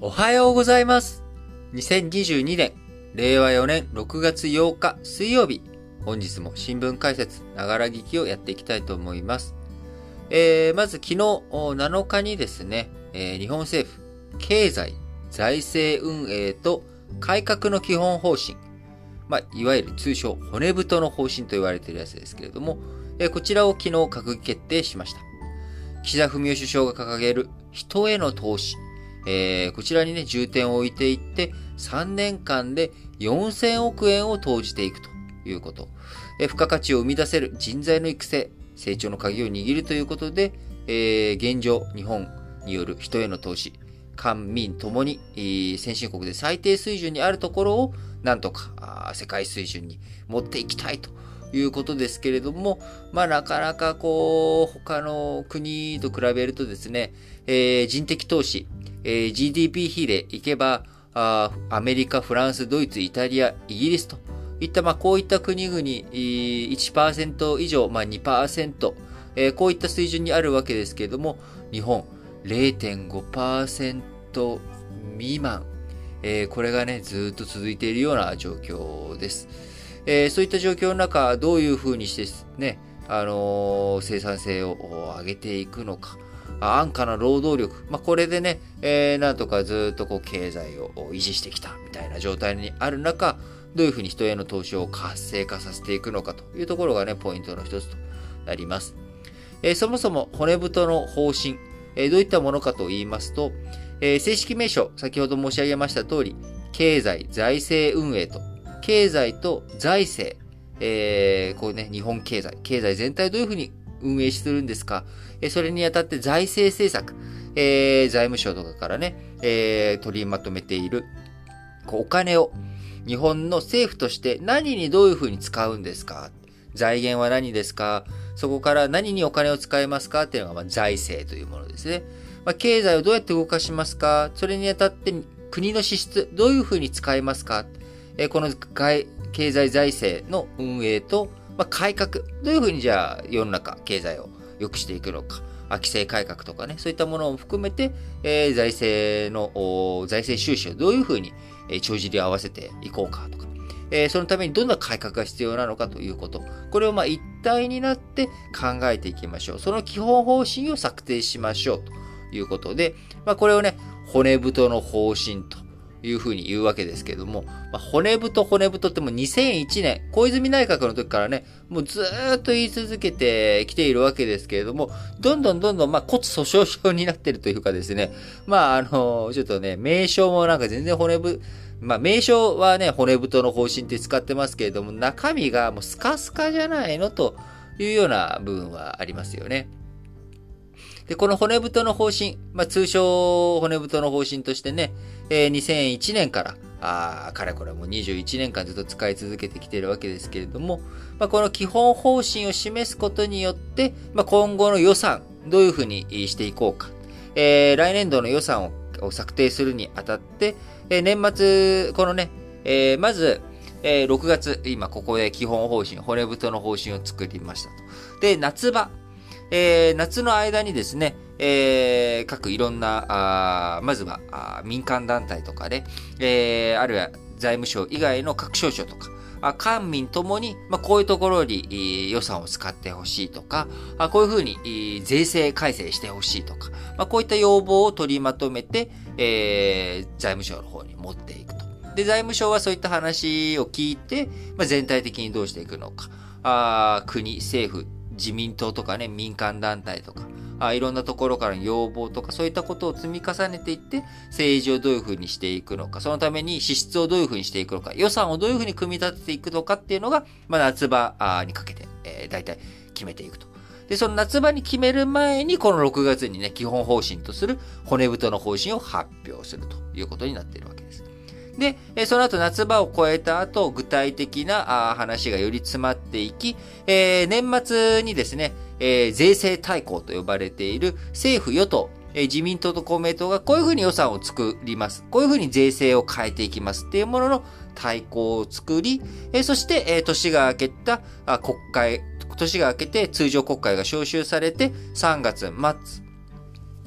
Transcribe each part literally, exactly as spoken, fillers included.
おはようございます。にせんにじゅうにねん、れいわよねんろくがつようか水曜日。本日も新聞解説、ながら聞きをやっていきたいと思います。えー、まず昨日なのかにですね、えー、日本政府、経済、財政運営と改革の基本方針。まあ、いわゆる通称、骨太の方針と言われているやつですけれども、えー、こちらを昨日閣議決定しました。岸田文雄首相が掲げる人への投資。えー、こちらにね、重点を置いていって、さんねんかんでよんせんおくえんを投じていくということ。えー、付加価値を生み出せる人材の育成、成長の鍵を握るということで、えー、現状、日本による人への投資、官民ともに、えー、先進国で最低水準にあるところを、なんとか世界水準に持っていきたいということですけれども、まあなかなかこう、他の国と比べるとですね、えー、人的投資、えー、ジーディーピー 比でいけばあ、アメリカ、フランス、ドイツ、イタリア、イギリスといった、まあこういった国々、いちパーセント以上、まあ にパーセント、えー、こういった水準にあるわけですけれども、日本 れいてんごパーセント 未満、えー、これがね、ずっと続いているような状況です。えー、そういった状況の中、どういうふうにしてね、あのー、生産性を上げていくのか。安価な労働力。まあ、これでね、えー、なんとかずっとこう経済を維持してきたみたいな状態にある中、どういうふうに人への投資を活性化させていくのかというところがね、ポイントの一つとなります。えー、そもそも骨太の方針、えー、どういったものかと言いますと、えー、正式名称、先ほど申し上げました通り、経済財政運営と、経済と財政、えー、こうね、日本経済、経済全体をどういうふうに運営するんですか。それにあたって財政政策、えー、財務省とかからね、えー、取りまとめているこうお金を日本の政府として何にどういうふうに使うんですか。財源は何ですか。そこから何にお金を使いますかっていうのがまあ財政というものですね。まあ、経済をどうやって動かしますか。それにあたって国の支出どういうふうに使いますか。えー、この経済財政の運営とまあ、改革。どういうふうにじゃあ世の中、経済を良くしていくのか。規制改革とかね、そういったものを含めて、えー、財政の、財政収支をどういうふうに、えー、帳尻を合わせていこうかとか、えー、そのためにどんな改革が必要なのかということ。これをまあ一体になって考えていきましょう。その基本方針を策定しましょうということで、まあこれをね、骨太の方針というふうに言うわけですけれども、まあ、骨太骨太ってもうにせんいちねん、小泉内閣の時からね、もうずーっと言い続けてきているわけですけれども、どんどんどんどんまあ骨粗鬆症になってるというかですね、まああの、ちょっとね、名称もなんか全然骨太、まあ名称はね、骨太の方針って使ってますけれども、中身がもうスカスカじゃないのというような部分はありますよね。で、この骨太の方針、まあ、通称骨太の方針としてね、えー、にせんいちねんから、あかれこれもうにじゅういちねんかんずっと使い続けてきているわけですけれども、まあ、この基本方針を示すことによって、まあ、今後の予算、どういうふうにしていこうか。えー、来年度の予算を策定するにあたって、えー、年末、このね、えー、まず、えー、ろくがつ、今ここで基本方針、骨太の方針を作りましたと。で、夏場、えー、夏の間にですね、えー、各いろんな、あまずはあ民間団体とかで、えー、あるいは財務省以外の各省庁とか、あ官民ともに、まあ、こういうところに、えー、予算を使ってほしいとか、あこういうふうに、えー、税制改正してほしいとか、まあ、こういった要望を取りまとめて、えー、財務省の方に持っていくと。で、財務省はそういった話を聞いて、まあ、全体的にどうしていくのか。あ国、政府、自民党とかね、民間団体とか、あいろんなところからの要望とか、そういったことを積み重ねていって、政治をどういうふうにしていくのか、そのために支出をどういうふうにしていくのか、予算をどういうふうに組み立てていくのかっていうのが、まあ、夏場にかけて、えー、大体決めていくと。で、その夏場に決める前に、このろくがつにね、基本方針とする骨太の方針を発表するということになっているわけです。で、その後夏場を超えた後、具体的な話がより詰まっていき、えー、年末にですね、えー、税制大綱と呼ばれている政府与党、えー、自民党と公明党がこういうふうに予算を作ります。こういうふうに税制を変えていきますっていうものの大綱を作り、えー、そして、えー、年が明けたあ国会、年が明けて通常国会が召集されてさんがつ末、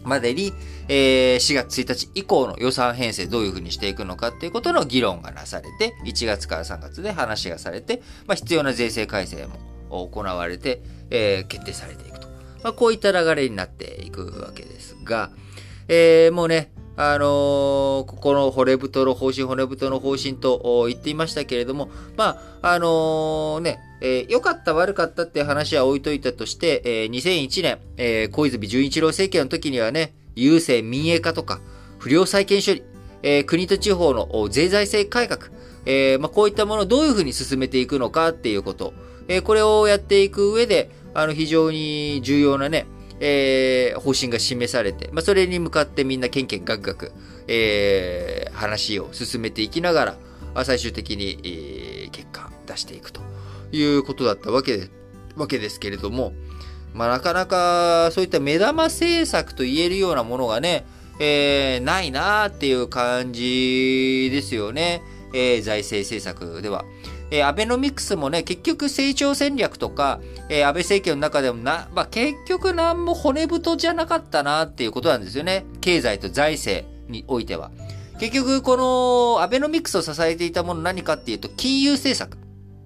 までに、えー、しがつついたち以降の予算編成どういう風にしていくのかっていうことの議論がなされて、いちがつからさんがつで話がされて、まあ、必要な税制改正も行われて、えー、決定されていくと。まあ、こういった流れになっていくわけですが、えー、もうね、あのー、ここの骨太の方針、骨太の方針と言っていましたけれども、まあ、あのー、ね、えー、良かった悪かったって話は置いといたとして、えー、にせんいちねん、えー、小泉純一郎政権の時にはね、郵政民営化とか、不良債権処理、えー、国と地方の税財政改革、えーまあ、こういったものをどういうふうに進めていくのかっていうこと、えー、これをやっていく上で、あの、非常に重要なね、えー、方針が示されて、まあ、それに向かってみんなけんけんがくがく、えー、話を進めていきながら、最終的に、えー、結果出していくということだったわけで、わけですけれども、まあ、なかなかそういった目玉政策と言えるようなものがね、えー、ないなーっていう感じですよね。えー、財政政策では。えー、アベノミクスもね、結局成長戦略とか、えー、安倍政権の中でもな、まあ、結局なんも骨太じゃなかったなっていうことなんですよね。経済と財政においては。結局、このアベノミクスを支えていたもの何かっていうと、金融政策。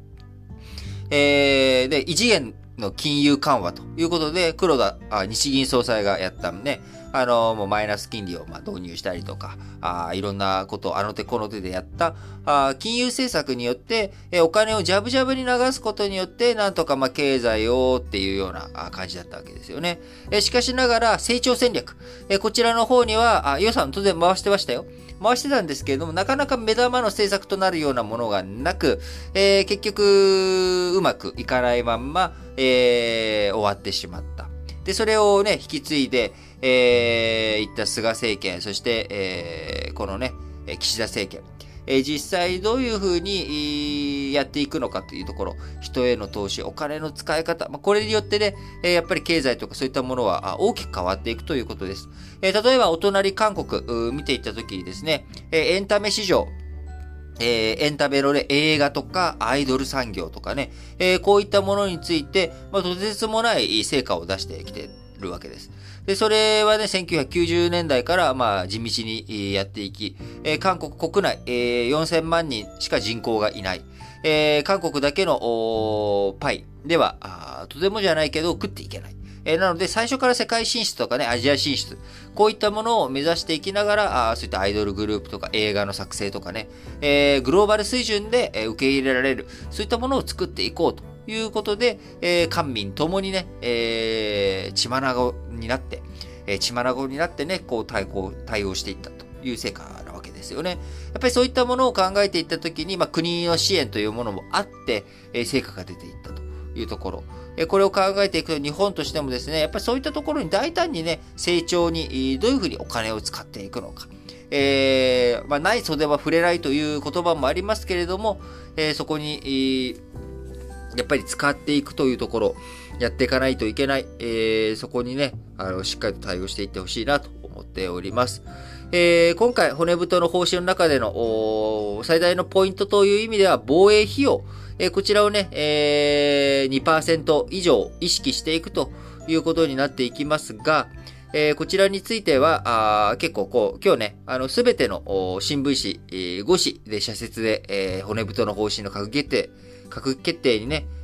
えー、で、異次元の金融緩和ということで、黒田あ日銀総裁がやったね、あの、もうマイナス金利をまあ導入したりとか、あいろんなことをあの手この手でやったあ金融政策によって、えお金をジャブジャブに流すことによって、なんとかまあ経済をっていうような感じだったわけですよね。えしかしながら成長戦略、えこちらの方にはあ予算当然回してましたよ。回してたんですけれども、なかなか目玉の政策となるようなものがなく、えー、結局、うまくいかないまんま、えー、終わってしまった。で、それをね、引き継いで、えー、いった菅政権、そして、えー、このね、岸田政権、えー、実際どういうふうにやっていくのかというところ、人への投資、お金の使い方、まあ、これによってね、えー、やっぱり経済とかそういったものは大きく変わっていくということです。えー、例えば、お隣韓国、見ていったときにですね、えー、エンタメ市場、えー、エンタメのね、映画とかアイドル産業とかね、えー、こういったものについて、まあ、とてつもない成果を出してきているわけです。で、それはね、せんきゅうひゃくきゅうじゅうねんだいから、まあ、地道にやっていき、えー、韓国国内、えー、よんせんまんにんしか人口がいない。えー、韓国だけのパイではあ、とてもじゃないけど食っていけない。えー、なので、最初から世界進出とかね、アジア進出、こういったものを目指していきながら、あそういったアイドルグループとか映画の作成とかね、えー、グローバル水準で、えー、受け入れられる、そういったものを作っていこうということで、えー、官民ともにね、えー、血眼になって、えー、血眼になってね、こう対抗、対応していったという成果なわけですよね。やっぱりそういったものを考えていったときに、まあ、国の支援というものもあって、えー、成果が出ていったというところ。これを考えていくと日本としてもですね、やっぱりそういったところに大胆にね、成長にどういうふうにお金を使っていくのか。えー、まあ、ない袖は触れないという言葉もありますけれども、えー、そこに、えー、やっぱり使っていくというところ、やっていかないといけない。えー、そこにね、あの、しっかりと対応していってほしいなと思っております。えー、今回、骨太の方針の中での最大のポイントという意味では、防衛費用。えー、こちらをね、えー、にパーセント 以上意識していくということになっていきますが、えー、こちらについては、あ結構こう、今日ね、あの、すべての新聞紙、えー、ご紙で社説で、えー、骨太の方針の閣議決定、閣議決定にね、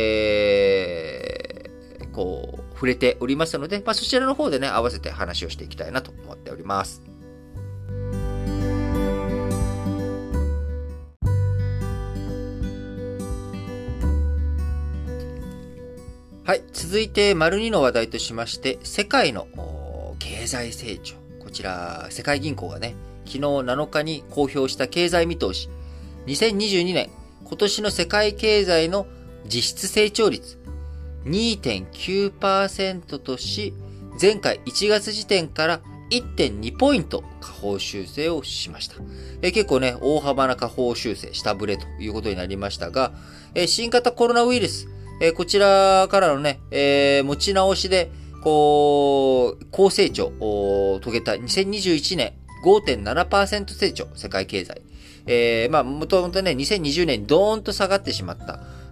えー、こう、触れておりますので、まあ、そちらの方でね、合わせて話をしていきたいなと思っております。はい。続いて、丸にの話題としまして、世界の経済成長。こちら、世界銀行がね、昨日なのかに公表した経済見通し。にせんにじゅうにねん、今年の世界経済の実質成長率 にてんきゅうパーセント とし、前回いちがつ時点から いってんに ポイント下方修正をしました。え結構ね、大幅な下方修正、下振れということになりましたが、え新型コロナウイルス、えー、こちらからのね、えー、持ち直しで、こう、高成長を遂げたにせんにじゅういちねん ごてんななパーセント 成長、世界経済。えー、まあ、もともとね、にせんにじゅうねんにドーンと下がってしまった。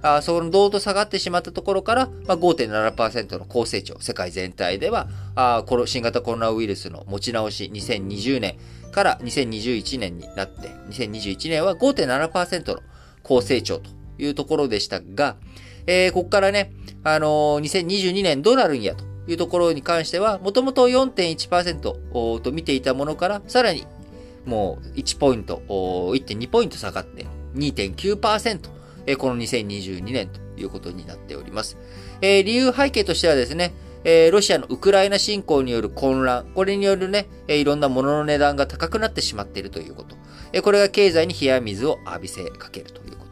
あそのどーんと下がってしまったところから、まあ、ごてんななパーセント の高成長、世界全体では、あこの新型コロナウイルスの持ち直し、にせんにじゅうねんからにせんにじゅういちねんになって、にせんにじゅういちねんは ごてんななパーセント の高成長というところでしたが、えー、ここからね、あのー、にせんにじゅうにねんどうなるんやというところに関しては、もともと よんてんいちパーセント と見ていたものから、さらにもういちポイント、いってんにポイント下がって にてんきゅうパーセント、このにせんにじゅうにねんということになっております。えー、理由背景としてはですね、えー、ロシアのウクライナ侵攻による混乱、これによるね、いろんなものの値段が高くなってしまっているということ。これが経済に冷や水を浴びせかけるということ。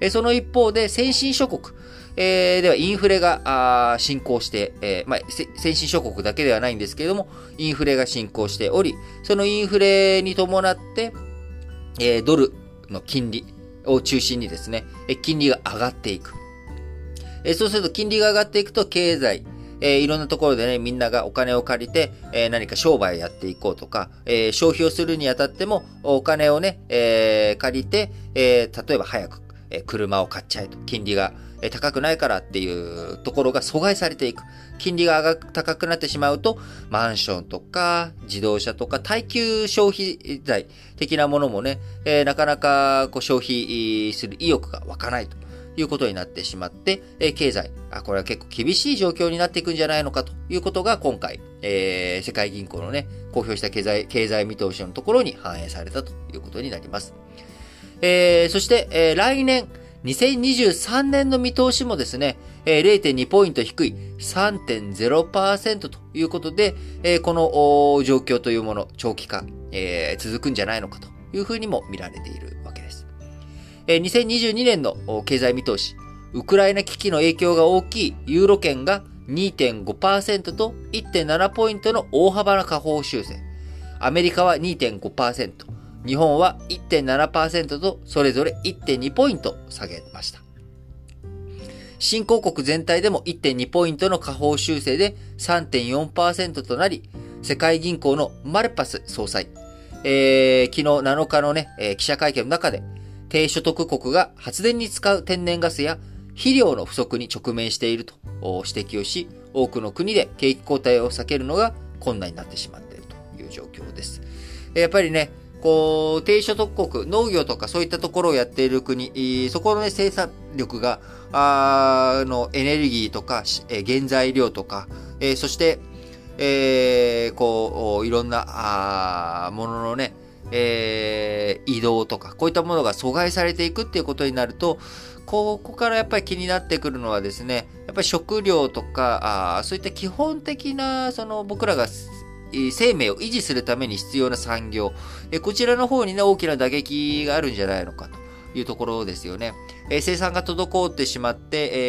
その一方で先進諸国、えー、ではインフレが進行して、えーまあ、先進諸国だけではないんですけれども、インフレが進行しており、そのインフレに伴って、えー、ドルの金利を中心にですね、金利が上がっていく。えー、そうすると金利が上がっていくと経済、えー、いろんなところでね、みんながお金を借りて、えー、何か商売をやっていこうとか、えー、消費をするにあたっても、お金をね、えー、借りて、えー、例えば早く、えー、車を買っちゃえと。金利が高くないからっていうところが阻害されていく。金利が高くなってしまうと、マンションとか自動車とか耐久消費財的なものもね、えー、なかなかこう消費する意欲が湧かないということになってしまって、えー、経済、あ、これは結構厳しい状況になっていくんじゃないのかということが今回、えー、世界銀行のね、公表した経済、経済見通しのところに反映されたということになります。えー、そして、えー、来年、にせんにじゅうさんねんの見通しもですね、れいてんにポイント低い さんてんゼロパーセント ということで、この状況というもの、長期化、えー、続くんじゃないのかというふうにも見られているわけです。にせんにじゅうにねんの経済見通し、ウクライナ危機の影響が大きいユーロ圏が にてんごパーセント と いってんななポイントの大幅な下方修正。アメリカは にてんごパーセント。日本は いってんななパーセント とそれぞれ いってんにポイント下げました。新興国全体でも いってんにポイントの下方修正で さんてんよんパーセント となり、世界銀行のマルパス総裁、えー、昨日なのかのね、えー、記者会見の中で、低所得国が発電に使う天然ガスや肥料の不足に直面していると指摘をし、多くの国で景気後退を避けるのが困難になってしまっているという状況です。やっぱりね、こう、低所得国、農業とかそういったところをやっている国、そこのね、生産力が、あの、エネルギーとか、え原材料とか、えー、そして、えー、こう、いろんな、あもののね、えー、移動とか、こういったものが阻害されていくっていうことになると、ここからやっぱり気になってくるのはですね、やっぱり食料とか、あそういった基本的な、その僕らが生命を維持するために必要な産業、こちらの方にね、大きな打撃があるんじゃないのかというところですよね。生産が滞ってしまって、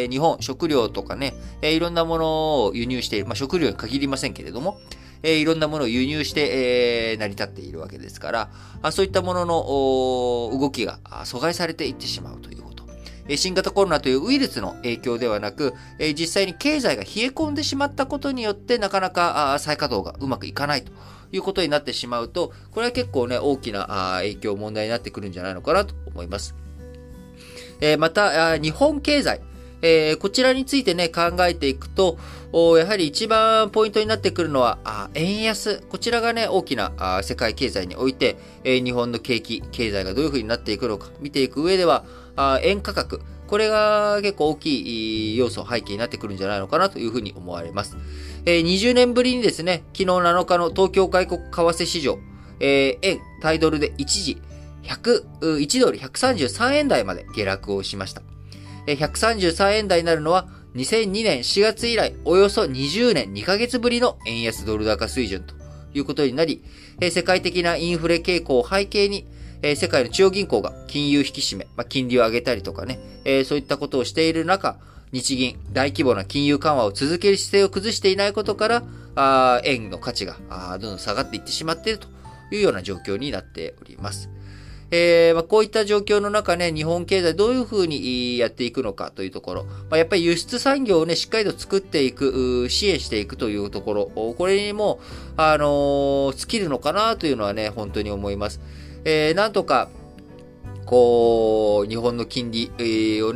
日本、食料とかね、いろんなものを輸入している。まあ、食料に限りませんけれども、いろんなものを輸入して成り立っているわけですから、そういったものの動きが阻害されていってしまうということ。新型コロナというウイルスの影響ではなく、実際に経済が冷え込んでしまったことによってなかなか再稼働がうまくいかないということになってしまうと、これは結構ね、大きな影響、問題になってくるんじゃないのかなと思います。また、日本経済、こちらについてね、考えていくと、やはり一番ポイントになってくるのは、円安。こちらがね、大きな世界経済において、日本の景気、経済がどういうふうになっていくのか、見ていく上では、円価格。これが結構大きい要素、背景になってくるんじゃないのかなというふうに思われます。にじゅうねんぶりにですね、昨日なのかの東京外国為替市場、円、対ドルで一時、ひゃく、いちドルひゃくさんじゅうさんえん台まで下落をしました。ひゃくさんじゅうさんえん台になるのは、にせんにねんしがつ以来、およそにじゅうねんにかげつぶりの円安ドル高水準ということになり、世界的なインフレ傾向を背景に、世界の中央銀行が金融引き締め、まあ、金利を上げたりとかね、そういったことをしている中、日銀、大規模な金融緩和を続ける姿勢を崩していないことから、円の価値がどんどん下がっていってしまっているというような状況になっております。えーまあ、こういった状況の中ね、日本経済どういうふうにやっていくのかというところ、まあ、やっぱり輸出産業をね、しっかりと作っていく、支援していくというところ、これにも、あのー、尽きるのかなというのはね、本当に思います。えー、なんとか、こう、日本の金利をね、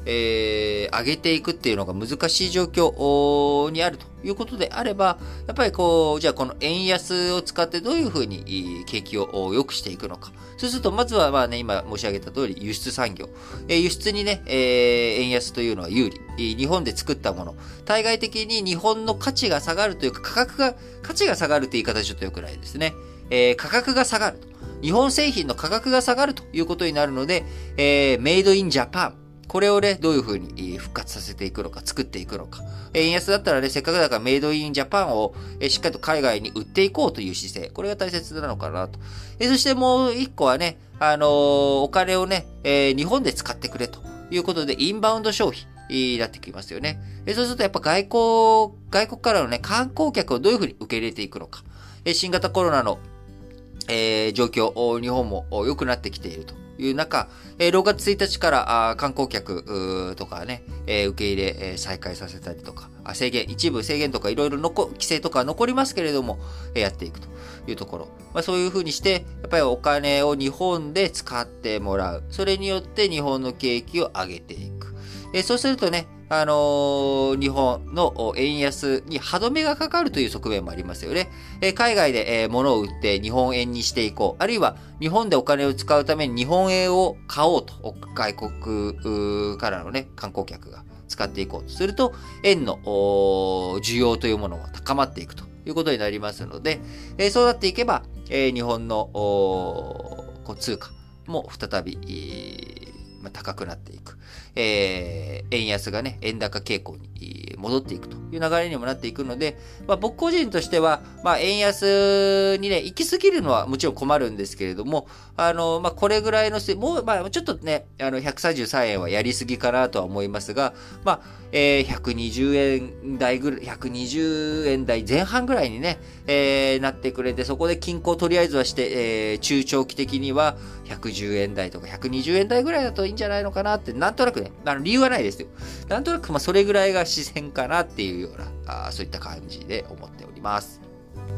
えー、上げていくっていうのが難しい状況にあるということであれば、やっぱりこう、じゃあこの円安を使ってどういうふうに景気を良くしていくのか。そうすると、まずはまあね、今申し上げた通り輸出産業。えー、輸出にね、えー、円安というのは有利。日本で作ったもの。対外的に日本の価値が下がるというか、価格が、価値が下がるという言い方はちょっと良くないですね。えー、価格が下がると。日本製品の価格が下がるということになるので、えー、メイドインジャパン。これをね、どういうふうに復活させていくのか、作っていくのか。円安だったらね、せっかくだからメイドインジャパンをしっかりと海外に売っていこうという姿勢。これが大切なのかなと。そしてもう一個はね、あのー、お金をね、えー、日本で使ってくれということで、インバウンド消費になってきますよね。そうするとやっぱ外交、外国からのね、観光客をどういうふうに受け入れていくのか。新型コロナの、えー、状況、日本も良くなってきているという中、ろくがつついたちから観光客とかね、受け入れ再開させたりとか、制限、一部制限とかいろいろ規制とか残りますけれども、やっていくというところ。まあ、そういうふうにして、やっぱりお金を日本で使ってもらう。それによって日本の景気を上げていく。そうするとね、あのー、日本の円安に歯止めがかかるという側面もありますよね。えー、海外で、えー、物を売って日本円にしていこう。あるいは日本でお金を使うために日本円を買おうと。外国からのね、観光客が使っていこうとすると、円の需要というものは高まっていくということになりますので、えー、そうなっていけば、えー、日本のこう通貨も再び、まあ、高くなっていく。えー、円安がね、円高傾向に戻っていくという流れにもなっていくので、まあ、僕個人としては、まあ、円安にね、行き過ぎるのはもちろん困るんですけれども、あの、まあ、これぐらいのせ、もう、まあ、ちょっとね、あの、ひゃくさんじゅうさんえんはやりすぎかなとは思いますが、まあ、えー、ひゃくにじゅうえん台ぐらい、ひゃくにじゅうえん台前半ぐらいにね、えー、なってくれて、そこで均衡とりあえずはして、えー、中長期的にはひゃくじゅうえん台とかひゃくにじゅうえん台ぐらいだといいんじゃないのかなって、なんとなくね、あの理由はないですよ。なんとなく、まあ、それぐらいが自然かなっていうような、あそういった感じで思っております。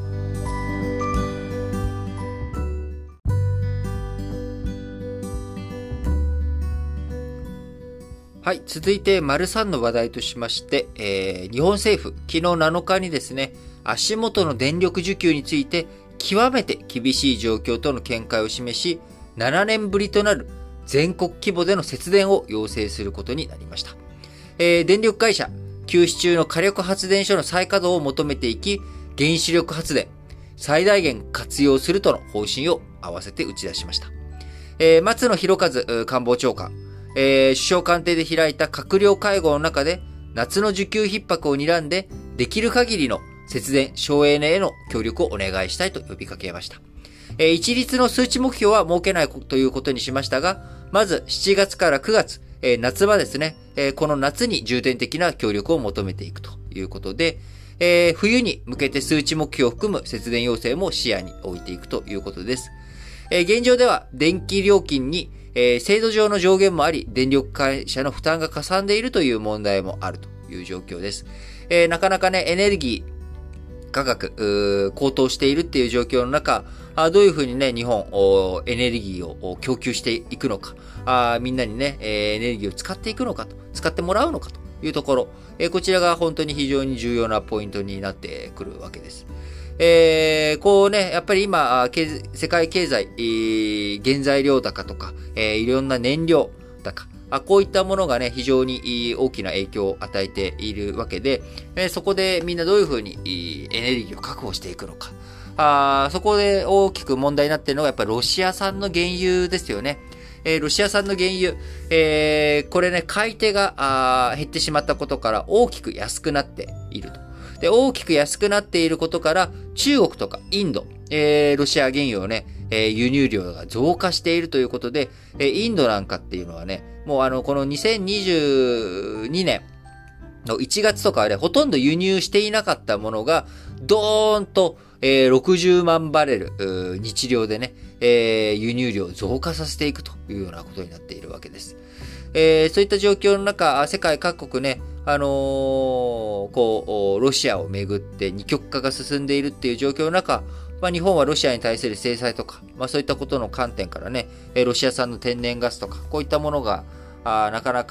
はい。続いて、丸さんの話題としまして、えー、日本政府、昨日なのかにですね、足元の電力需給について、極めて厳しい状況との見解を示し、ななねんぶりとなる全国規模での節電を要請することになりました。えー、電力会社、休止中の火力発電所の再稼働を求めていき、原子力発電、最大限活用するとの方針を合わせて打ち出しました。えー、松野博一官房長官、えー、首相官邸で開いた閣僚会合の中で、夏の需給逼迫を睨んで、できる限りの節電、省エネへの協力をお願いしたいと呼びかけました。えー、一律の数値目標は設けないということにしましたが、まずしちがつからくがつ、えー、夏場ですね、えー、この夏に重点的な協力を求めていくということで、えー、冬に向けて数値目標を含む節電要請も視野に置いていくということです。えー、現状では電気料金にえー、制度上の上限もあり、電力会社の負担がかさんでいるという問題もあるという状況です。えー、なかなかね、エネルギー価格、高騰しているっていう状況の中、あどういうふうにね、日本、エネルギーを供給していくのか、あみんなにね、エネルギーを使っていくのかと、使ってもらうのかというところ、えー、こちらが本当に非常に重要なポイントになってくるわけです。えー、こうね、やっぱり今、世界経済、えー、原材料高とか、えー、いろんな燃料高、あこういったものがね、非常に大きな影響を与えているわけで、えー、そこでみんなどういうふうにエネルギーを確保していくのか。あそこで大きく問題になっているのが、やっぱりロシア産の原油ですよね。えー、ロシア産の原油、えー、これね、買い手が減ってしまったことから大きく安くなっていると。で、大きく安くなっていることから、中国とかインド、えー、ロシア原油をね、えー、輸入量が増加しているということで、えー、インドなんかっていうのはね、もうあの、このにせんにじゅうにねんのいちがつとかはね、ほとんど輸入していなかったものが、ドーンと、えー、ろくじゅうまんバレル、日量でね、えー、輸入量を増加させていくというようなことになっているわけです。えー、そういった状況の中、世界各国ね、あのー、こう、ロシアをめぐって二極化が進んでいるっていう状況の中、まあ、日本はロシアに対する制裁とか、まあ、そういったことの観点からね、ロシア産の天然ガスとか、こういったものが、あなかなか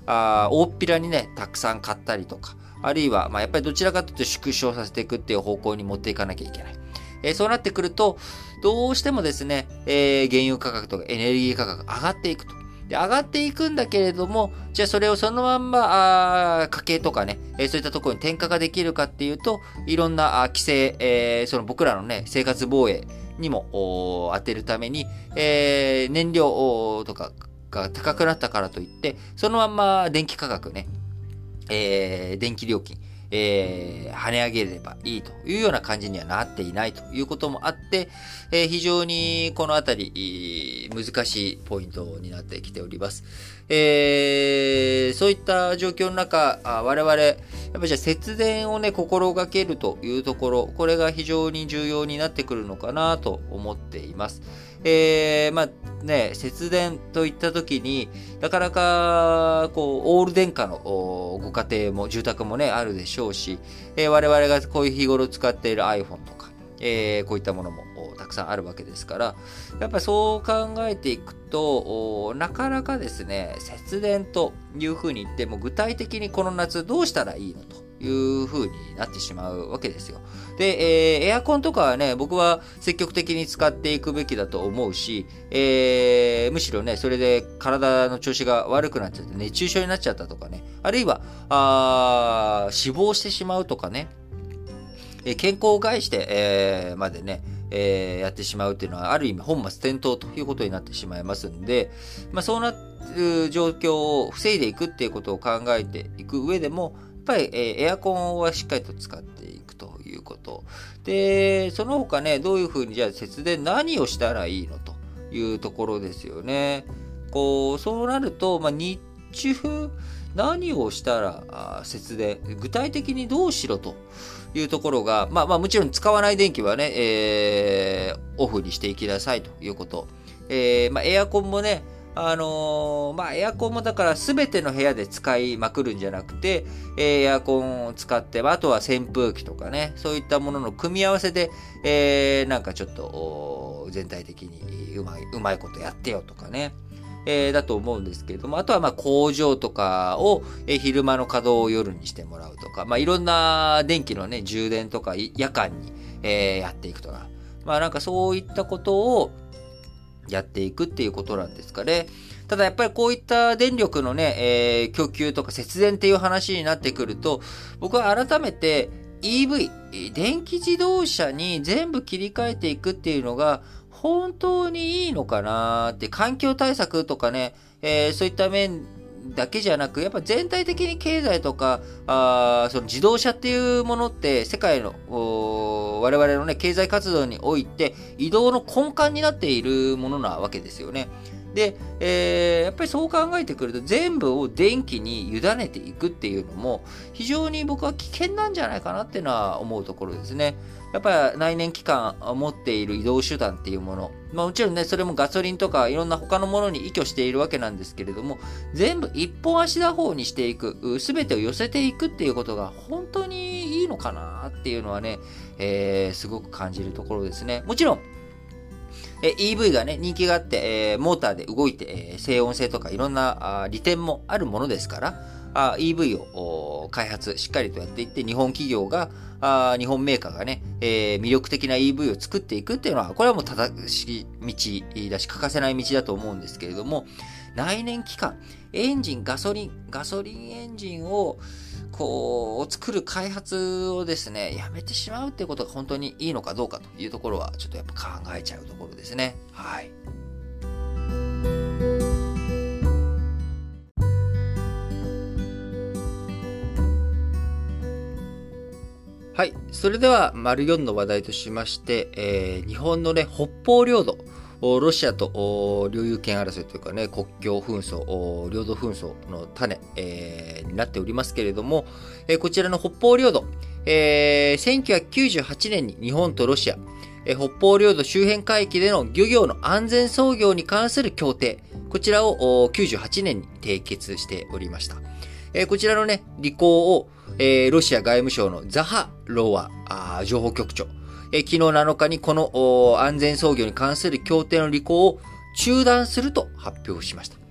あ大っぴらにね、たくさん買ったりとか、あるいは、まあ、やっぱりどちらかというと縮小させていくっていう方向に持っていかなきゃいけない。えー、そうなってくると、どうしてもですね、えー、原油価格とかエネルギー価格上がっていくと。で、上がっていくんだけれども、じゃあそれをそのまんま、あ家計とかね、えー、そういったところに転嫁ができるかっていうと、いろんな規制、えー、その僕らのね、生活防衛にも当てるために、えー、燃料とかが高くなったからといって、そのまんま電気価格ね、えー、電気料金、えー、跳ね上げればいいというような感じにはなっていないということもあって、えー、非常にこのあたり難しいポイントになってきております。えー、そういった状況の中、我々、やっぱりじゃあ節電をね、心がけるというところ、これが非常に重要になってくるのかなと思っています。えー、まあね、節電といったときになかなかこうオール電化のご家庭も住宅もねあるでしょうし、えー、我々がこういう日頃使っている iPhone とか、えー、こういったものもたくさんあるわけですから、やっぱりそう考えていくとなかなかですね、節電というふうに言っても具体的にこの夏どうしたらいいのという風になってしまうわけですよ。で、えー、エアコンとかはね、僕は積極的に使っていくべきだと思うし、えー、むしろね、それで体の調子が悪くなっちゃって熱中症になっちゃったとかね、あるいは、あ死亡してしまうとかね、えー、健康を害して、えー、までね、えー、やってしまうっていうのはある意味本末転倒ということになってしまいますんで、まあそうなる状況を防いでいくっていうことを考えていく上でも、やっぱり、えー、エアコンはしっかりと使っていくということ。で、その他ね、どういうふうにじゃあ節電何をしたらいいのというところですよね。こう、そうなると、まあ日中何をしたら節電、具体的にどうしろというところが、まあまあもちろん使わない電気はね、えー、オフにしていきなさいということ。えー、まあエアコンもね、あのー、まあ、エアコンもだから全ての部屋で使いまくるんじゃなくて、エアコンを使って、あとは扇風機とかね、そういったものの組み合わせで、えー、なんかちょっと、全体的にうまい、うまいことやってよとかね、えー、だと思うんですけれども、あとはまあ工場とかを、えー、昼間の稼働を夜にしてもらうとか、まあ、いろんな電気のね、充電とか夜間に、えー、やっていくとか、まあなんかそういったことを、やっていくっていうことなんですかね。ただやっぱりこういった電力のね、えー、供給とか節電っていう話になってくると、僕は改めて イーブイ、電気自動車に全部切り替えていくっていうのが本当にいいのかなって、環境対策とかね、えー、そういった面だけじゃなく、やっぱ全体的に経済とか、あその自動車っていうものって世界の我々のね、経済活動において移動の根幹になっているものなわけですよね。で、えー、やっぱりそう考えてくると全部を電気に委ねていくっていうのも非常に僕は危険なんじゃないかなっていうのは思うところですね。やっぱり内燃機関を持っている移動手段っていうもの、まあもちろんね、それもガソリンとかいろんな他のものに依拠しているわけなんですけれども、全部一本足打法にしていく、すべてを寄せていくっていうことが本当にいいのかなっていうのはね、えー、すごく感じるところですね。もちろん、え イーブイ がね、人気があって、えー、モーターで動いて、えー、静音性とかいろんなあ利点もあるものですから、あ イーブイ を開発しっかりとやっていって、日本企業が、あ日本メーカーがね、えー、魅力的な イーブイ を作っていくっていうのは、これはもう正しい道だし、欠かせない道だと思うんですけれども、内燃機関、エンジン、ガソリン、ガソリンエンジンを、こう、作る開発をですね、やめてしまうっていうことが本当にいいのかどうかというところは、ちょっとやっぱ考えちゃうところですね。はい。はい。それでは、丸よんの話題としまして、えー、日本のね、北方領土、ロシアと領有権争いというかね、国境紛争、領土紛争の種、えー、になっておりますけれども、えー、こちらの北方領土、えー、せんきゅうひゃくきゅうじゅうはちねんに日本とロシア、えー、北方領土周辺海域での漁業の安全操業に関する協定、こちらをきゅうじゅうはちねんに締結しておりました。えー、こちらのね、履行を、えー、ロシア外務省のザハロワあ情報局長、えー、昨日なのかにこの安全操業に関する協定の履行を中断すると発表しました。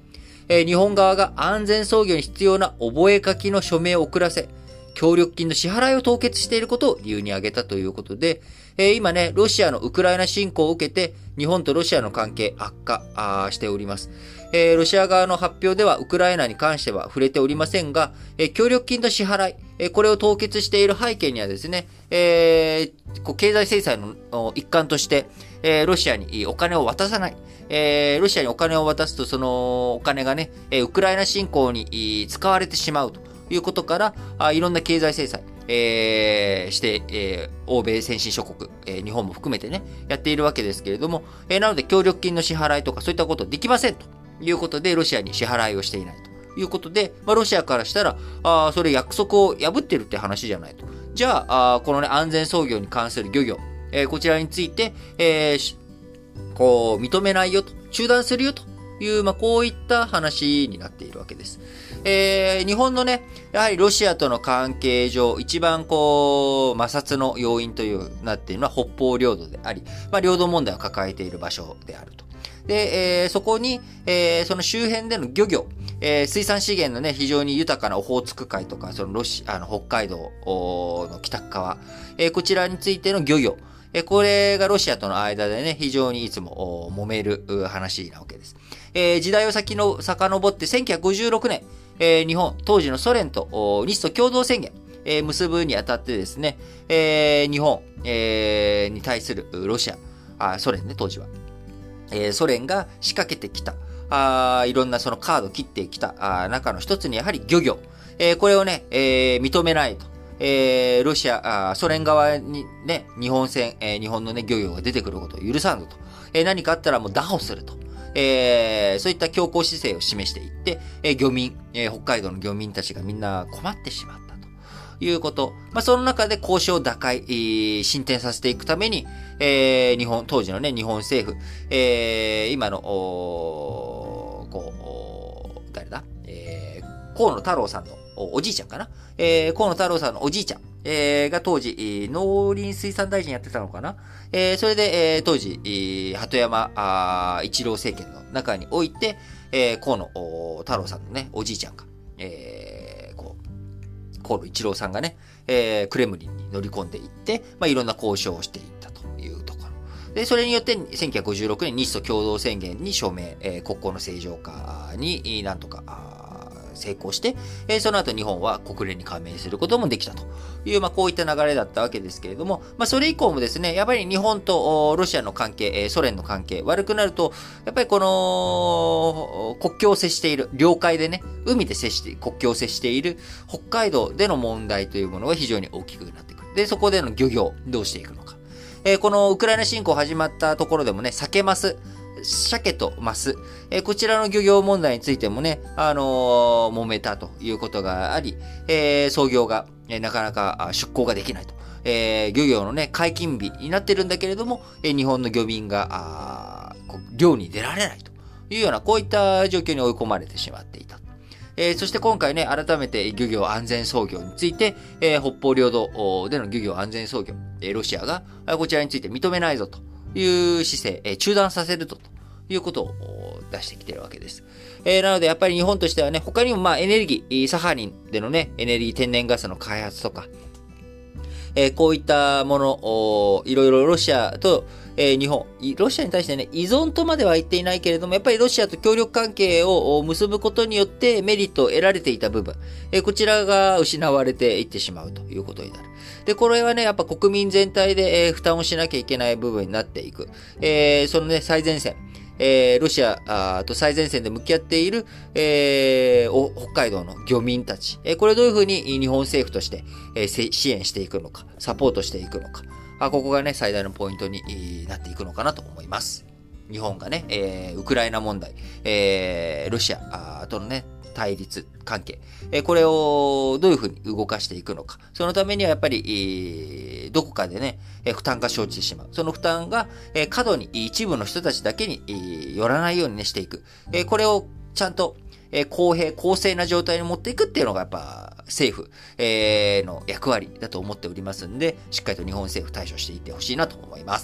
えー、日本側が安全操業に必要な覚書の署名を遅らせ、協力金の支払いを凍結していることを理由に挙げたということで、えー、今ね、ロシアのウクライナ侵攻を受けて、日本とロシアの関係悪化しております。えー、ロシア側の発表ではウクライナに関しては触れておりませんが、えー、協力金の支払い、えー、これを凍結している背景にはですね、えー、こう経済制裁の一環として、えー、ロシアにお金を渡さない。えー、ロシアにお金を渡すと、そのお金がね、ウクライナ侵攻に使われてしまうということから、あいろんな経済制裁、えー、して、えー、欧米先進諸国、えー、日本も含めてね、やっているわけですけれども、えー、なので協力金の支払いとかそういったことできませんということで、ロシアに支払いをしていないということで、まあ、ロシアからしたら、あそれ約束を破ってるって話じゃないと。じゃあ、あこのね、安全操業に関する漁業、えー、こちらについて、えー、こう、認めないよと、中断するよという、まあ、こういった話になっているわけです。えー、日本のね、やはりロシアとの関係上、一番こう、摩擦の要因というなっているのは北方領土であり、まあ、領土問題を抱えている場所であると。で、えー、そこに、えー、その周辺での漁業、えー、水産資源のね、非常に豊かなオホーツク海とか、そのロシアの北海道の北側、えー、こちらについての漁業、えー、これがロシアとの間でね、非常にいつも揉める話なわけです。えー、時代を先の遡ってせんきゅうひゃくごじゅうろくねん、えー、日本、当時のソ連と日ソ共同宣言、えー、結ぶにあたってですね、えー、日本、えー、に対するロシア、あ、ソ連ね、当時は。えー、ソ連が仕掛けてきた、あいろんなそのカードを切ってきたあ中の一つにやはり漁業。えー、これをね、えー、認めないと。えー、ロシア、あソ連側にね、日本船、えー、日本のね、漁業が出てくることを許さんぞと。えー、何かあったらもう打破すると。えー、そういった強硬姿勢を示していって、えー、漁民、えー、北海道の漁民たちがみんな困ってしまったということ。まあ、その中で交渉を打開、えー、進展させていくために、えー、日本、当時のね、日本政府、えー、今の、おこう、誰だえー、河野太郎さんのお、おじいちゃんかなえー、河野太郎さんのおじいちゃん、えー、が当時、えー、農林水産大臣やってたのかなえー、それで、えー、当時、えー、鳩山あ一郎政権の中において、えー、河野太郎さんのね、おじいちゃんが、えー、こう、河野一郎さんがね、えー、クレムリンに乗り込んでいって、まあ、いろんな交渉をしていったというところ。で、それによってせんきゅうひゃくごじゅうろくねん日ソ共同宣言に署名、えー、国交の正常化になんとか成功して、えー、その後日本は国連に加盟することもできたという、まあ、こういった流れだったわけですけれども、まあ、それ以降もですね、やっぱり日本とロシアの関係、えー、ソ連の関係、悪くなると、やっぱりこの、国境を接している、領海でね、海で接して、国境を接している北海道での問題というものが非常に大きくなってくる。で、そこでの漁業、どうしていくのか。えー、このウクライナ侵攻始まったところでもね、鮭マス、鮭とマス、えー、こちらの漁業問題についてもね、あのー、揉めたということがあり、えー、操業が、えー、なかなか出港ができないと。えー、漁業のね、解禁日になってるんだけれども、えー、日本の漁民が、あこう漁に出られないというような、こういった状況に追い込まれてしまっていた。えー、そして今回ね、改めて漁業安全操業について、えー、北方領土での漁業安全操業、えー、ロシアがこちらについて認めないぞという姿勢、えー、中断させるとということを出してきているわけです。えー、なのでやっぱり日本としてはね、他にもまあエネルギー、サハリンでのね、エネルギー天然ガスの開発とか、えー、こういったもの、いろいろロシアと、えー、日本、ロシアに対してね、依存とまでは言っていないけれども、やっぱりロシアと協力関係を結ぶことによってメリットを得られていた部分、えー、こちらが失われていってしまうということになる。で、これはね、やっぱ国民全体で、えー、負担をしなきゃいけない部分になっていく。えー、そのね、最前線。えー、ロシアと最前線で向き合っている、えー、北海道の漁民たち。えー、これどういうふうに日本政府として、えー、支援していくのか、サポートしていくのか。あここがね、最大のポイントになっていくのかなと思います。日本がね、えー、ウクライナ問題、えー、ロシアとのね、対立関係、えー、これをどういうふうに動かしていくのか。そのためにはやっぱり、えー、どこかでね、えー、負担が生じてしまう。その負担が、えー、過度に一部の人たちだけに、えー、寄らないようにね、していく。えー、これをちゃんと、えー、公平、公正な状態に持っていくっていうのがやっぱ政府、えー、の役割だと思っておりますんで、しっかりと日本政府対処していってほしいなと思います。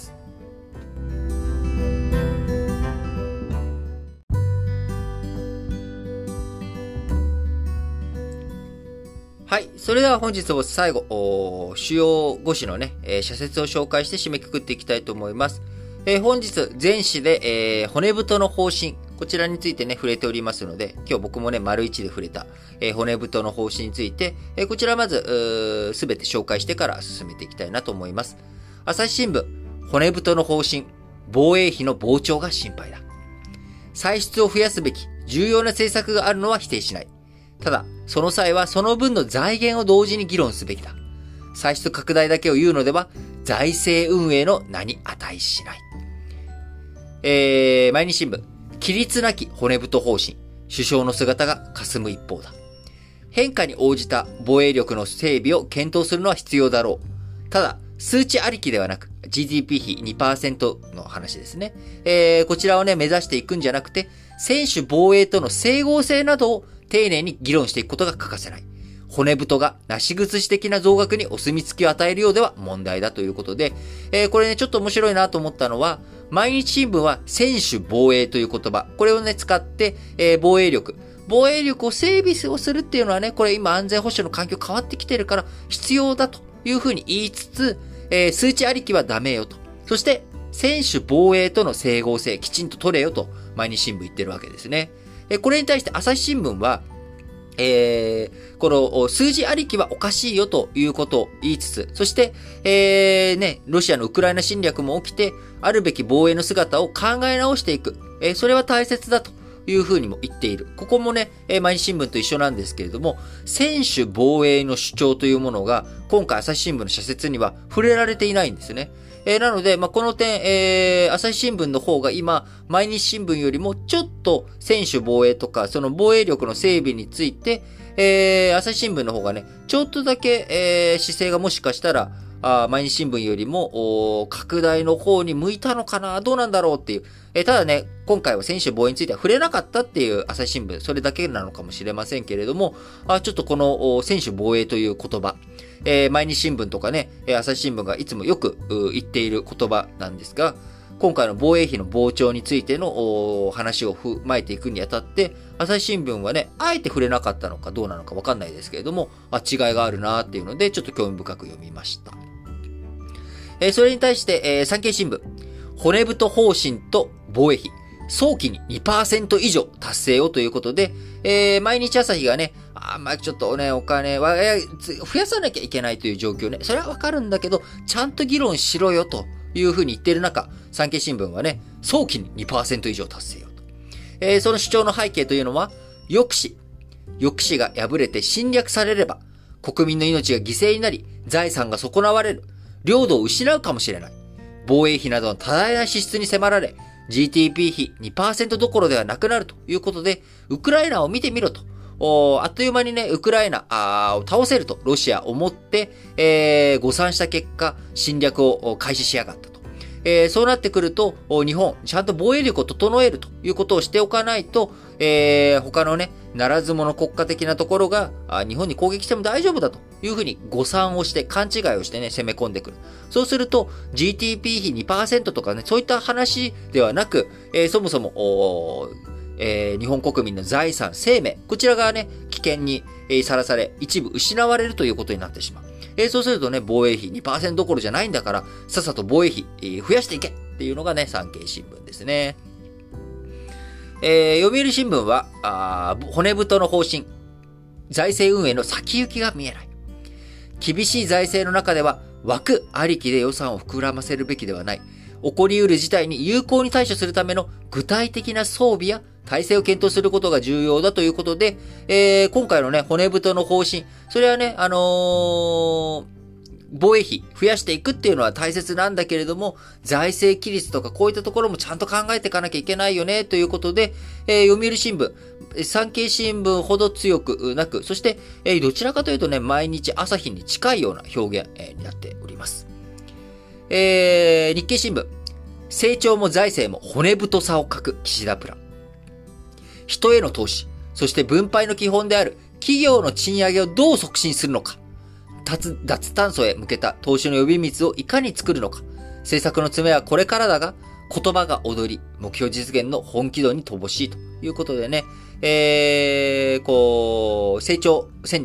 はい。それでは本日も最後、主要ご紙のね、えー、社説を紹介して締めくくっていきたいと思います。えー、本日、全紙で、えー、骨太の方針、こちらについてね、触れておりますので、今日僕もね、丸一で触れた、えー、骨太の方針について、えー、こちらまず、すべて紹介してから進めていきたいなと思います。朝日新聞、骨太の方針、防衛費の膨張が心配だ。歳出を増やすべき、重要な政策があるのは否定しない。ただ、その際はその分の財源を同時に議論すべきだ。歳出拡大だけを言うのでは、財政運営の名に値しない。えー、毎日新聞、規律なき骨太方針、首相の姿が霞む一方だ。変化に応じた防衛力の整備を検討するのは必要だろう。ただ、数値ありきではなく、ジーディーピー 比 にパーセント の話ですね。えー、こちらをね、目指していくんじゃなくて、専守防衛との整合性などを丁寧に議論していくことが欠かせない。骨太がなし崩し的な増額にお墨付きを与えるようでは問題だということで、えー、これね、ちょっと面白いなと思ったのは、毎日新聞は専守防衛という言葉、これをね、使って、えー、防衛力、防衛力を整備をするっていうのはね、これ今安全保障の環境変わってきてるから必要だというふうに言いつつ、えー、数値ありきはダメよと。そして、専守防衛との整合性、きちんと取れよと、毎日新聞言ってるわけですね。えー、これに対して朝日新聞は、えー、この数字ありきはおかしいよということを言いつつ、そして、えー、ね、ロシアのウクライナ侵略も起きて、あるべき防衛の姿を考え直していく。えー、それは大切だというふうにも言っている。ここもね、えー、毎日新聞と一緒なんですけれども、専守防衛の主張というものが、今回朝日新聞の社説には触れられていないんですね。えー、なので、まあ、この点、えー、朝日新聞の方が今、毎日新聞よりもちょっと専守防衛とか、その防衛力の整備について、えー、朝日新聞の方がね、ちょっとだけ、えー、姿勢がもしかしたら、あ毎日新聞よりも、拡大の方に向いたのかな、どうなんだろうっていう。えー、ただね、今回は専守防衛については触れなかったっていう朝日新聞、それだけなのかもしれませんけれども、あちょっとこの専守防衛という言葉、えー、毎日新聞とかね、朝日新聞がいつもよく言っている言葉なんですが、今回の防衛費の膨張についての話を踏まえていくにあたって、朝日新聞はね、あえて触れなかったのかどうなのかわかんないですけれども、あ違いがあるなっていうので、ちょっと興味深く読みました。えー、それに対して、えー、産経新聞、骨太方針と防衛費、早期に にパーセント 以上達成をということで、えー、毎日朝日がね、あまあちょっとね、お金は、増やさなきゃいけないという状況ね。それはわかるんだけど、ちゃんと議論しろよというふうに言っている中、産経新聞はね、早期に にパーセント 以上達成よと。えー、その主張の背景というのは、抑止。抑止が破れて侵略されれば、国民の命が犠牲になり、財産が損なわれる。領土を失うかもしれない。防衛費などの多大な支出に迫られ、ジーディーピー 比 にパーセント どころではなくなるということで、ウクライナを見てみろと。あっという間にね、ウクライナを倒せるとロシア思って、えー、誤算した結果、侵略を開始しやがったと。えー、そうなってくると、日本、ちゃんと防衛力を整えるということをしておかないと、えー、他のね、ならず者国家的なところが、日本に攻撃しても大丈夫だというふうに誤算をして、勘違いをしてね、攻め込んでくる。そうすると、ジーディーピー 比 にパーセント とかね、そういった話ではなく、えー、そもそも、えー、日本国民の財産、生命、こちらがね、危険にさらされ、一部失われるということになってしまう。えー、そうするとね、防衛費 にパーセント どころじゃないんだから、さっさと防衛費、えー、増やしていけっていうのがね、産経新聞ですね。えー、読売新聞は、あ骨太の方針、財政運営の先行きが見えない。厳しい財政の中では、枠ありきで予算を膨らませるべきではない。起こり得る事態に有効に対処するための具体的な装備や体制を検討することが重要だということで、えー、今回のね、骨太の方針、それはね、あのー、防衛費増やしていくっていうのは大切なんだけれども、財政規律とかこういったところもちゃんと考えていかなきゃいけないよねということで、えー、読売新聞、産経新聞ほど強くなく、そして、えー、どちらかというとね、毎日朝日に近いような表現、えー、になっております。えー、日経新聞、成長も財政も骨太さを欠く岸田プラン。人への投資、そして分配の基本である企業の賃上げをどう促進するのか。脱, 脱炭素へ向けた投資の呼び水をいかに作るのか。政策の詰めはこれからだが、言葉が踊り、目標実現の本気度に乏しいということでね、えー、こう、成長戦略。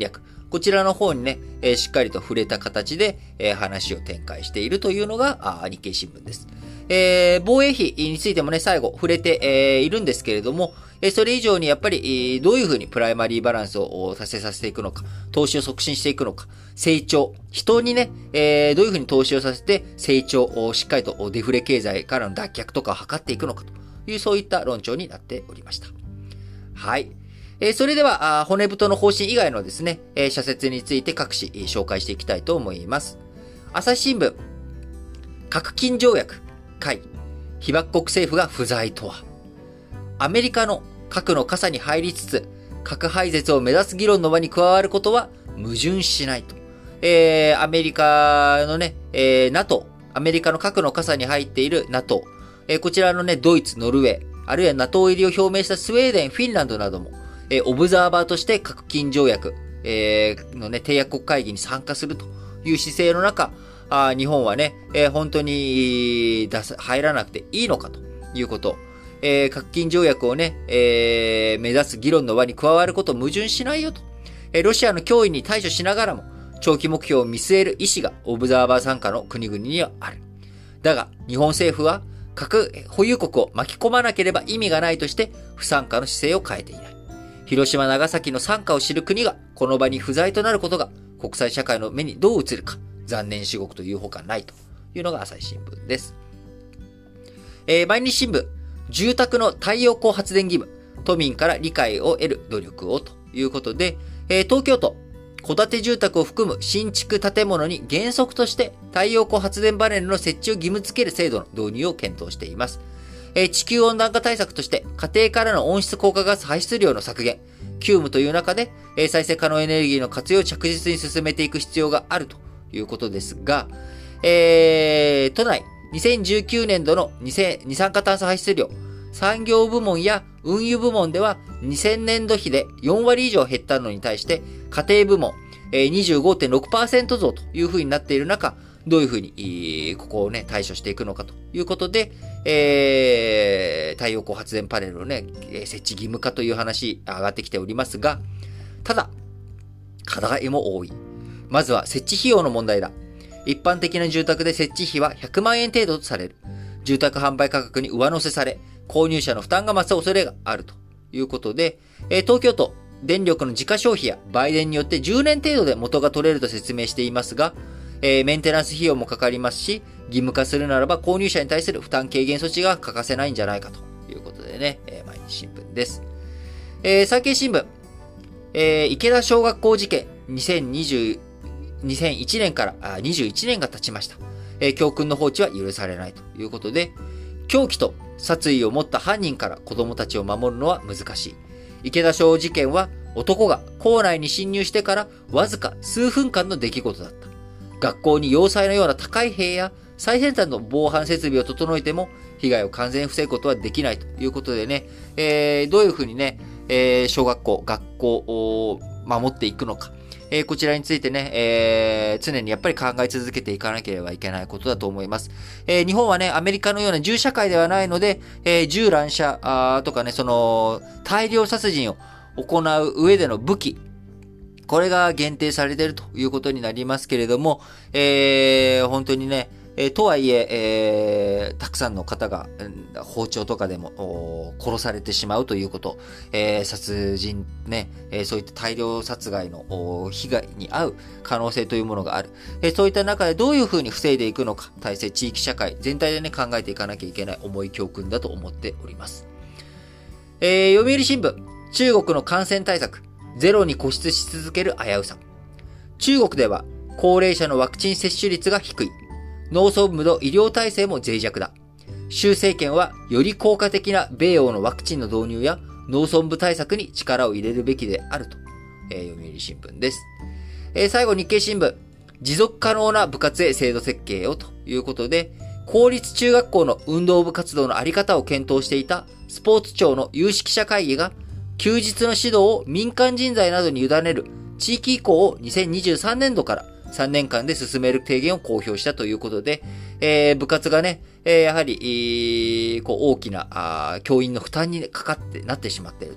こちらの方にね、えー、しっかりと触れた形で、えー、話を展開しているというのが日経新聞です。えー、防衛費についてもね、最後触れて、えー、いるんですけれども、えー、それ以上にやっぱり、えー、どういうふうにプライマリーバランスを達成させていくのか、投資を促進していくのか、成長、人にね、えー、どういうふうに投資をさせて成長をしっかりとデフレ経済からの脱却とかを図っていくのかという、そういった論調になっておりました。はい。えー、それでは、骨太の方針以外のですね、えー、社説について各紙紹介していきたいと思います。朝日新聞、核禁条約、会、被爆国政府が不在とは。アメリカの核の傘に入りつつ、核廃絶を目指す議論の場に加わることは矛盾しないと。えー、アメリカのね、えー、NATO、アメリカの核の傘に入っている NATO、えー、こちらのね、ドイツ、ノルウェー、あるいは NATO 入りを表明したスウェーデン、フィンランドなども、えー、オブザーバーとして核禁条約、えー、のね、締約国会議に参加するという姿勢の中、あ日本はね、えー、本当に出す入らなくていいのかということ。えー、核禁条約をね、えー、目指す議論の輪に加わることを矛盾しないよと。えー、ロシアの脅威に対処しながらも、長期目標を見据える意思がオブザーバー参加の国々にはある。だが、日本政府は核保有国を巻き込まなければ意味がないとして不参加の姿勢を変えていない。広島、長崎の参加を知る国がこの場に不在となることが国際社会の目にどう映るか。残念至極というほかないというのが朝日新聞です。えー、毎日新聞、住宅の太陽光発電義務、都民から理解を得る努力をということで、えー、東京都、戸建て住宅を含む新築建物に原則として太陽光発電パネルの設置を義務付ける制度の導入を検討しています。えー、地球温暖化対策として家庭からの温室効果ガス排出量の削減、急務という中で、えー、再生可能エネルギーの活用を着実に進めていく必要があるということですが、えー、都内にせんじゅうきゅうねん度の二酸化炭素排出量、産業部門や運輸部門ではにせんねんど比でよんわり以上減ったのに対して、家庭部門、えー、にじゅうごてんろくパーセント 増というふうになっている中、どういうふうに、ここをね、対処していくのかということで、えー、太陽光発電パネルをね、設置義務化という話上がってきておりますが、ただ、課題も多い。まずは設置費用の問題だ。一般的な住宅で設置費はひゃくまんえん程度とされる。住宅販売価格に上乗せされ、購入者の負担が増す恐れがあるということで、えー、東京都、電力の自家消費や売電によってじゅうねん程度で元が取れると説明していますが、えー、メンテナンス費用もかかりますし、義務化するならば購入者に対する負担軽減措置が欠かせないんじゃないかということでね、えー、毎日新聞です。えー、産経新聞、えー、池田小学校事件にせんにじゅうにせんいちねんからにじゅういちねんが経ちました。えー、教訓の放置は許されないということで、凶器と殺意を持った犯人から子供たちを守るのは難しい。池田小事件は男が校内に侵入してからわずか数分間の出来事だった。学校に要塞のような高い塀や最先端の防犯設備を整えても被害を完全に防ぐことはできないということでね、えー、どういうふうにね、えー、小学校、学校を守っていくのか。えー、こちらについてね、えー、常にやっぱり考え続けていかなければいけないことだと思います。えー、日本はね、アメリカのような銃社会ではないので、えー、銃乱射あとかね、その、大量殺人を行う上での武器、これが限定されているということになりますけれども、えー、本当にね、えー、とはいええー、たくさんの方が、うん、包丁とかでも殺されてしまうということ、えー、殺人ね、えー、そういった大量殺害の被害に遭う可能性というものがある、えー。そういった中でどういうふうに防いでいくのか、体制、地域社会全体でね、考えていかなきゃいけない重い教訓だと思っております。えー、読売新聞、中国の感染対策、ゼロに固執し続ける危うさ。中国では高齢者のワクチン接種率が低い。農村部の医療体制も脆弱だ。習政権はより効果的な米欧のワクチンの導入や農村部対策に力を入れるべきであると、えー、読売新聞です。えー、最後日経新聞、持続可能な部活へ制度設計をということで、公立中学校の運動部活動のあり方を検討していたスポーツ庁の有識者会議が休日の指導を民間人材などに委ねる地域移行をにせんにじゅうさんねんどからさんねんかんで進める提言を公表したということで、えー、部活がね、えー、やはり、えー、こう大きなあ教員の負担にかかってなってしまっていると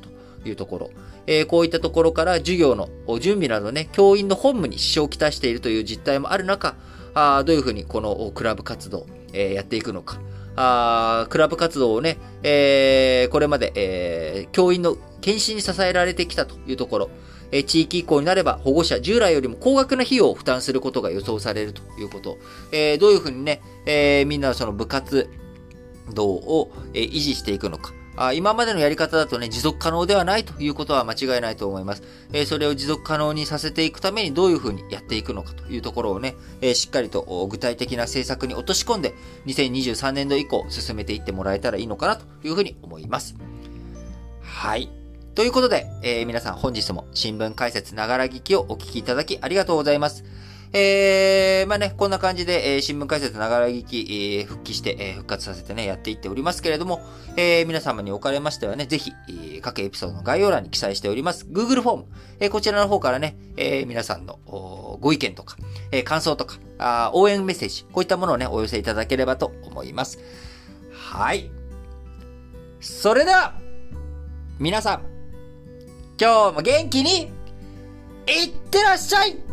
いうところ。えー、こういったところから授業の準備などね、教員の本務に支障をきたしているという実態もある中、あどういうふうにこのクラブ活動、えー、やっていくのか。あクラブ活動をね、えー、これまで、えー、教員の検診に支えられてきたというところ。えー、地域移行になれば保護者従来よりも高額な費用を負担することが予想されるということ。えー、どういうふうにね、えー、みんなその部活動を、えー、維持していくのか。あ今までのやり方だとね、持続可能ではないということは間違いないと思います。えー、それを持続可能にさせていくためにどういうふうにやっていくのかというところをね、えー、しっかりと具体的な政策に落とし込んで、にせんにじゅうさんねんど以降進めていってもらえたらいいのかなというふうに思います。はい。ということで、えー、皆さん本日も新聞解説ながら聞きをお聞きいただきありがとうございます。えー、まあね、こんな感じで、えー、新聞解説ながら聞き、えー、復帰して、えー、復活させてね、やっていっておりますけれども、えー、皆様におかれましてはね、ぜひ、えー、各エピソードの概要欄に記載しております、Google フォーム、えー、こちらの方からね、えー、皆さんのご意見とか、えー、感想とかあ、応援メッセージ、こういったものをね、お寄せいただければと思います。はい。それでは、皆さん、今日も元気に、いってらっしゃい。